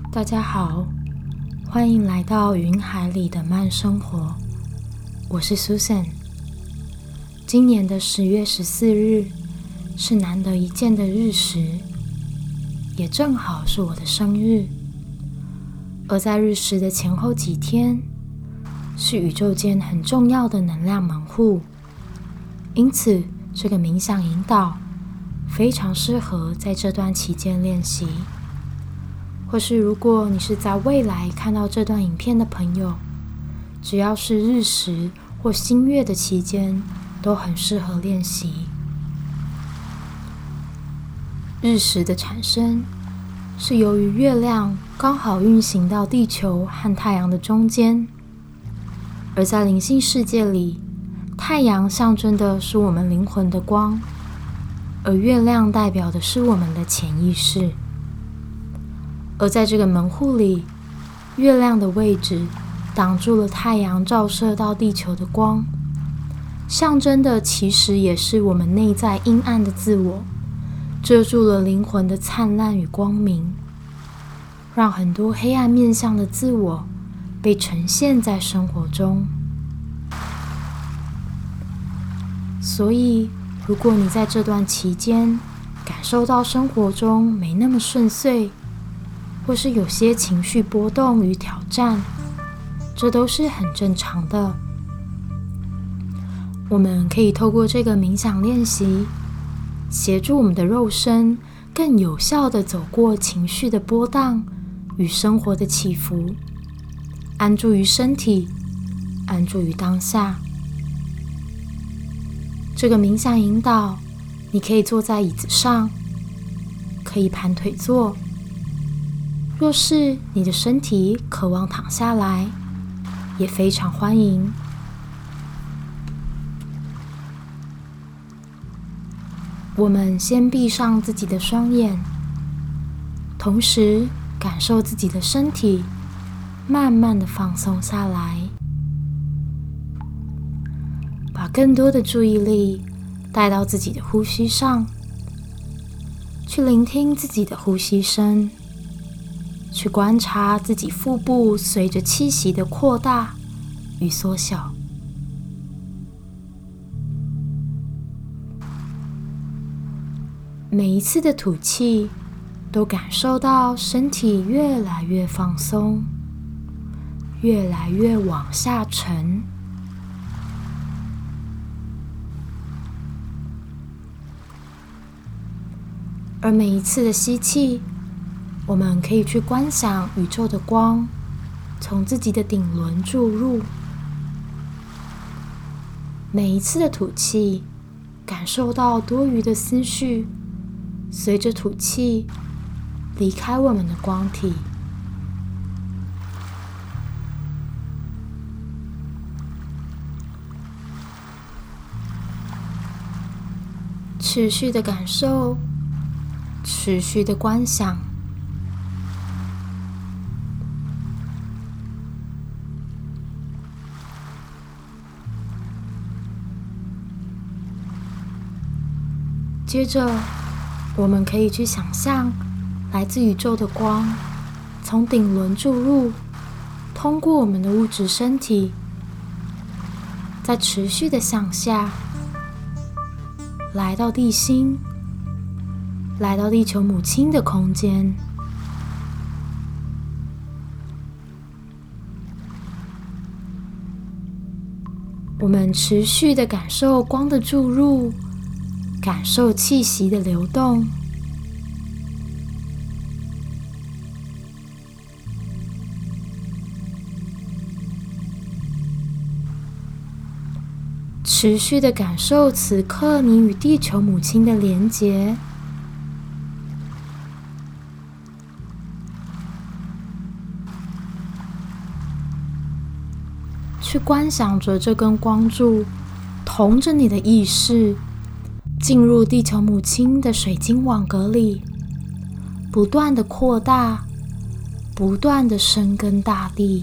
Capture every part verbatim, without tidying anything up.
大家好，欢迎来到云海里的慢生活，我是 Susan。 今年的十月十四日是难得一见的日食，也正好是我的生日。而在日食的前后几天，是宇宙间很重要的能量门户，因此这个冥想引导非常适合在这段期间练习。或是如果你是在未来看到这段影片的朋友，只要是日食或新月的期间，都很适合练习。日食的产生是由于月亮刚好运行到地球和太阳的中间，而在灵性世界里，太阳象征的是我们灵魂的光，而月亮代表的是我们的潜意识。而在这个门户里，月亮的位置挡住了太阳照射到地球的光，象征的其实也是我们内在阴暗的自我，遮住了灵魂的灿烂与光明，让很多黑暗面向的自我被呈现在生活中。所以，如果你在这段期间感受到生活中没那么顺遂，或是有些情绪波动与挑战，这都是很正常的。我们可以透过这个冥想练习，协助我们的肉身更有效地走过情绪的波荡与生活的起伏，安住于身体，安住于当下。这个冥想引导，你可以坐在椅子上，可以盘腿坐。若是你的身体渴望躺下来，也非常欢迎。我们先闭上自己的双眼，同时感受自己的身体慢慢的放松下来，把更多的注意力带到自己的呼吸上，去聆听自己的呼吸声，去观察自己腹部随着气息的扩大与缩小。每一次的吐气，都感受到身体越来越放松，越来越往下沉。而每一次的吸气，我们可以去观想宇宙的光从自己的顶轮注入。每一次的吐气，感受到多余的思绪随着吐气离开我们的光体。持续的感受，持续的观想。接着，我们可以去想象来自宇宙的光从顶轮注入，通过我们的物质身体，再持续的向下，来到地心，来到地球母亲的空间。我们持续的感受光的注入，感受气息的流动。持续的感受此刻你与地球母亲的连结。去观想着这根光柱同着你的意识进入地球母亲的水晶网格里，不断的扩大，不断的深耕大地。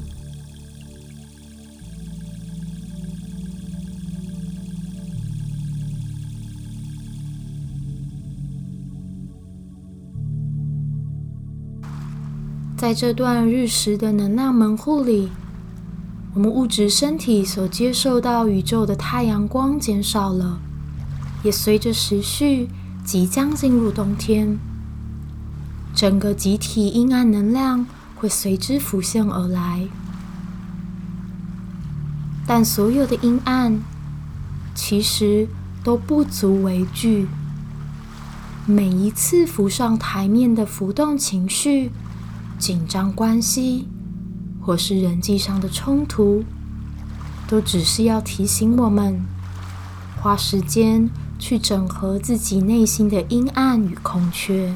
在这段日食的能量门户里，我们物质身体所接受到宇宙的太阳光减少了，也随着时序即将进入冬天。整个集体阴暗能量会随之浮现而来，但所有的阴暗其实都不足为惧。每一次浮上台面的浮动情绪、紧张关系，或是人际上的冲突，都只是要提醒我们花时间去整合自己内心的阴暗与空缺。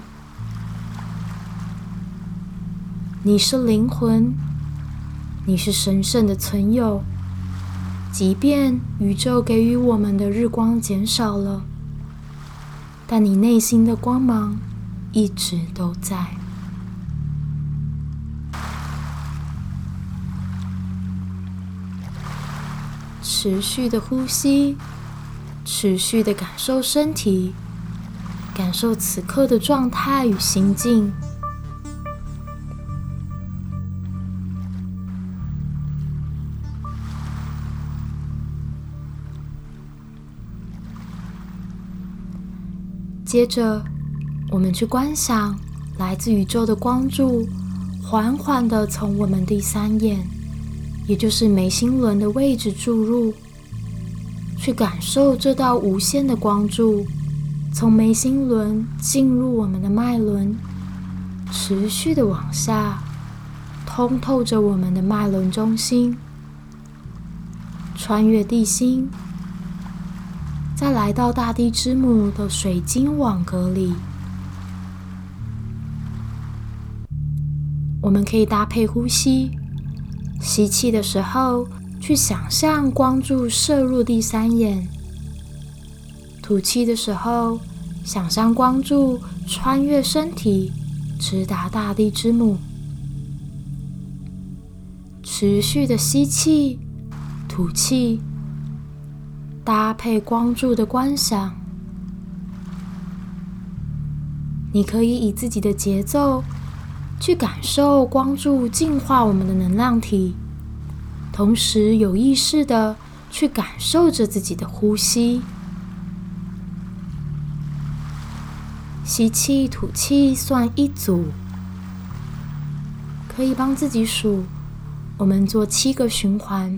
你是灵魂，你是神圣的存有，即便宇宙给予我们的日光减少了，但你内心的光芒一直都在。持续的呼吸，持续的感受身体，感受此刻的状态与心境。接着，我们去观想来自宇宙的光柱，缓缓地从我们第三眼，也就是眉心轮的位置注入，去感受这道无限的光柱从眉心轮进入我们的脉轮，持续地往下，通透着我们的脉轮中心，穿越地心，再来到大地之母的水晶网格里。我们可以搭配呼吸，吸气的时候去想象光柱射入第三眼，吐气的时候想象光柱穿越身体，直达大地之母。持续的吸气、吐气，搭配光柱的观想。你可以以自己的节奏去感受光柱净化我们的能量体，同时有意识的去感受着自己的呼吸。吸气、吐气算一组，可以帮自己数，我们做七个循环。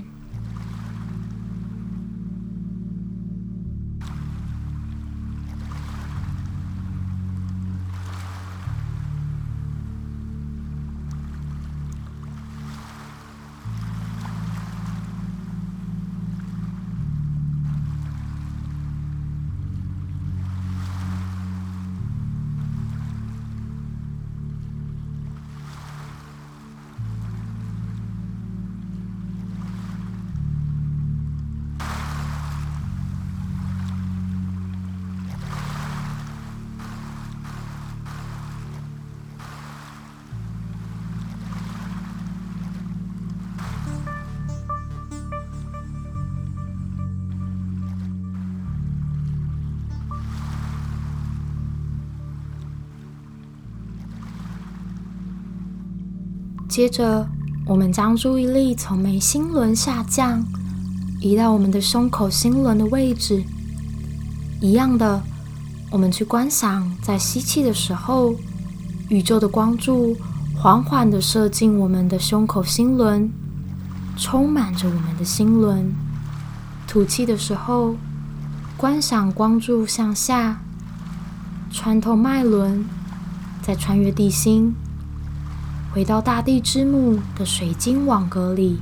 接着，我们将注意力从眉心轮下降，移到我们的胸口心轮的位置。一样的，我们去观想，在吸气的时候，宇宙的光柱缓缓地射进我们的胸口心轮，充满着我们的心轮。吐气的时候，观想光柱向下，穿透脉轮，再穿越地心，回到大地之母的水晶网格里。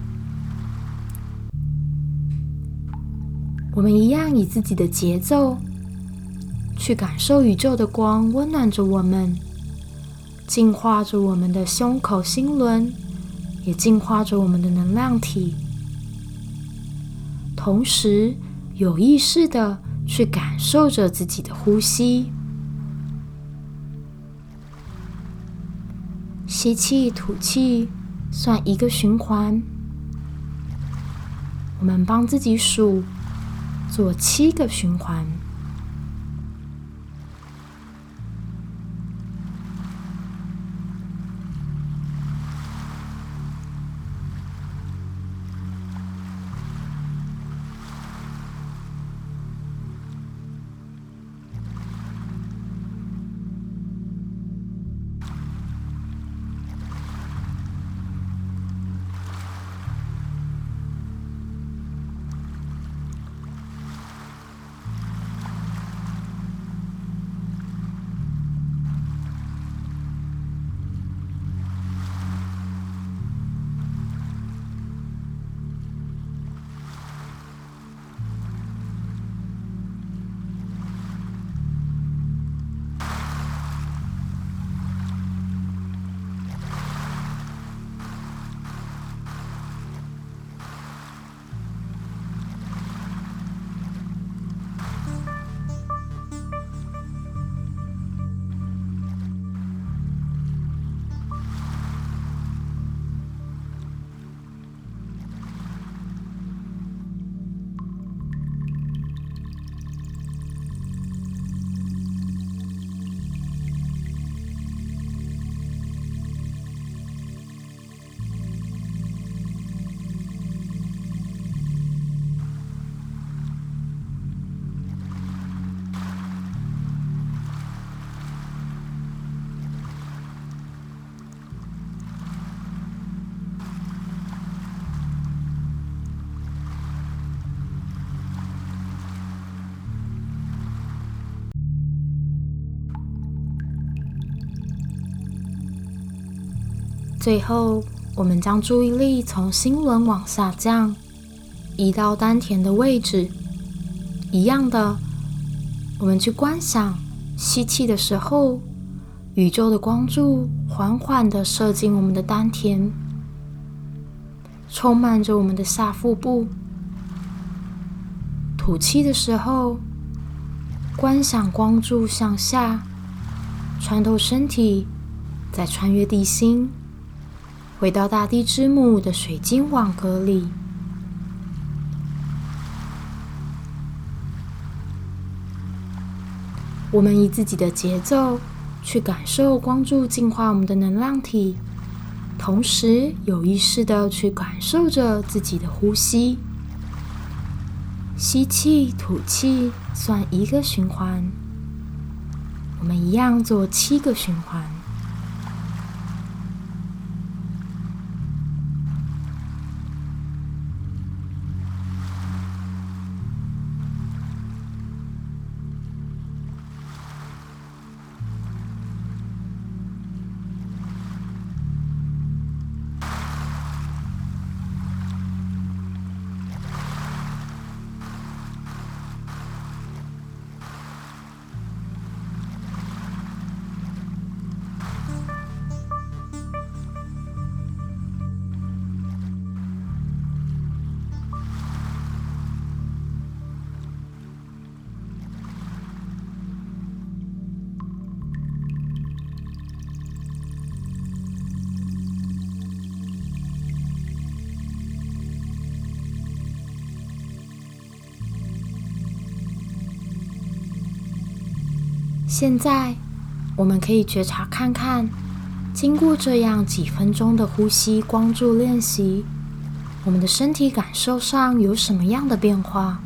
我们一样以自己的节奏去感受宇宙的光温暖着我们，净化着我们的胸口心轮，也净化着我们的能量体，同时有意识的去感受着自己的呼吸。吸气、吐气，算一个循环。我们帮自己数，做七个循环。 最后，我们将注意力从心轮往下降，移到丹田的位置。一样的，我们去观想吸气的时候，宇宙的光柱缓缓地射进我们的丹田，充满着我们的下腹部。吐气的时候，观想光柱向下穿透身体，再穿越地心，回到大地之母的水晶网格里。我们以自己的节奏去感受光柱净化我们的能量体，同时有意识地去感受着自己的呼吸。吸气、吐气，算一个循环。我们一样做七个循环。现在，我们可以觉察看看，经过这样几分钟的呼吸光柱练习，我们的身体感受上有什么样的变化？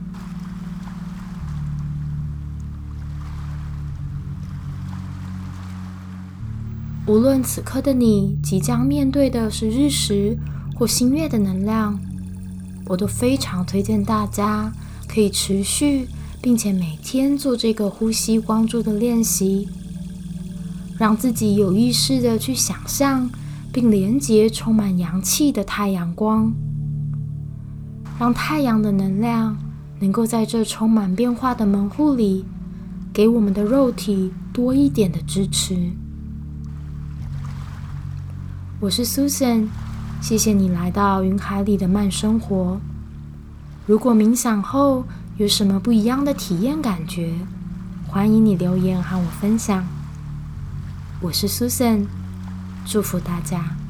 无论此刻的你即将面对的是日食或新月的能量，我都非常推荐大家可以持续并且每天做这个呼吸光柱的练习，让自己有意识地去想象并连接充满阳气的太阳光，让太阳的能量能够在这充满变化的门户里，给我们的肉体多一点的支持。我是 Susan， 谢谢你来到云海里的慢生活。如果冥想后有什么不一样的体验感觉，欢迎你留言和我分享。我是 Susan， 祝福大家。